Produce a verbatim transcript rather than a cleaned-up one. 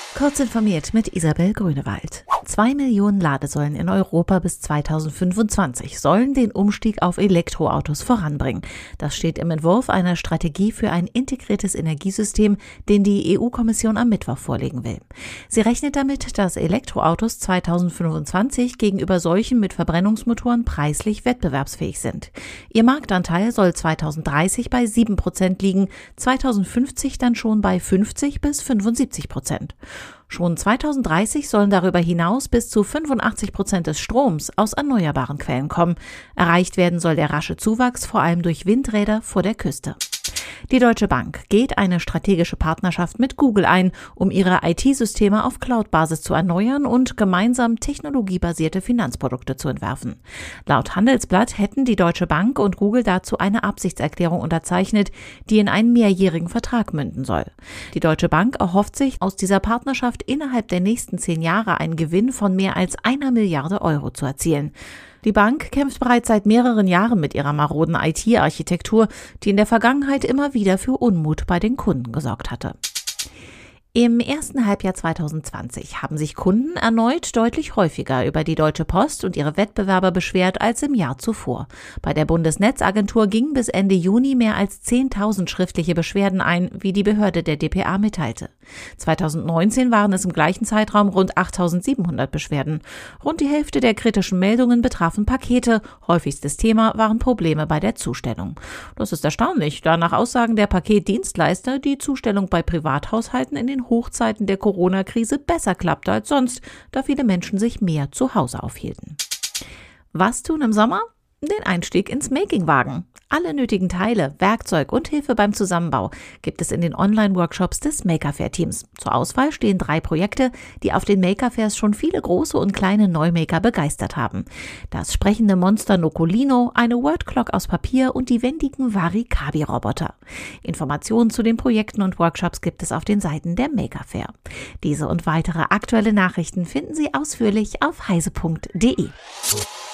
Kurz informiert mit Isabel Grünewald. Zwei Millionen Ladesäulen in Europa bis zweitausendfünfundzwanzig sollen den Umstieg auf Elektroautos voranbringen. Das steht im Entwurf einer Strategie für ein integriertes Energiesystem, den die E U-Kommission am Mittwoch vorlegen will. Sie rechnet damit, dass Elektroautos zweitausendfünfundzwanzig gegenüber solchen mit Verbrennungsmotoren preislich wettbewerbsfähig sind. Ihr Marktanteil soll zweitausenddreißig bei sieben Prozent liegen, zweitausendfünfzig dann schon bei fünfzig bis fünfundsiebzig Prozent. Schon zweitausenddreißig sollen darüber hinaus bis zu fünfundachtzig Prozent des Stroms aus erneuerbaren Quellen kommen. Erreicht werden soll der rasche Zuwachs vor allem durch Windräder vor der Küste. Die Deutsche Bank geht eine strategische Partnerschaft mit Google ein, um ihre I T-Systeme auf Cloud-Basis zu erneuern und gemeinsam technologiebasierte Finanzprodukte zu entwerfen. Laut Handelsblatt hätten die Deutsche Bank und Google dazu eine Absichtserklärung unterzeichnet, die in einen mehrjährigen Vertrag münden soll. Die Deutsche Bank erhofft sich, aus dieser Partnerschaft innerhalb der nächsten zehn Jahre einen Gewinn von mehr als einer Milliarde Euro zu erzielen. Die Bank kämpft bereits seit mehreren Jahren mit ihrer maroden I T-Architektur, die in der Vergangenheit immer wieder für Unmut bei den Kunden gesorgt hatte. Im ersten Halbjahr zweitausendzwanzig haben sich Kunden erneut deutlich häufiger über die Deutsche Post und ihre Wettbewerber beschwert als im Jahr zuvor. Bei der Bundesnetzagentur gingen bis Ende Juni mehr als zehntausend schriftliche Beschwerden ein, wie die Behörde der D P A mitteilte. zweitausendneunzehn waren es im gleichen Zeitraum rund achttausendsiebenhundert Beschwerden. Rund die Hälfte der kritischen Meldungen betrafen Pakete. Häufigstes Thema waren Probleme bei der Zustellung. Das ist erstaunlich, da nach Aussagen der Paketdienstleister die Zustellung bei Privathaushalten in den Hochzeiten der Corona-Krise besser klappte als sonst, da viele Menschen sich mehr zu Hause aufhielten. Was tun im Sommer? Den Einstieg ins Making wagen. Alle nötigen Teile, Werkzeug und Hilfe beim Zusammenbau gibt es in den Online-Workshops des Maker Faire Teams. Zur Auswahl stehen drei Projekte, die auf den Maker Fairs schon viele große und kleine Neumaker begeistert haben. Das sprechende Monster Nocolino, eine Wordclock aus Papier und die wendigen Warikabi-Roboter. Informationen zu den Projekten und Workshops gibt es auf den Seiten der Maker Faire. Diese und weitere aktuelle Nachrichten finden Sie ausführlich auf heise punkt de.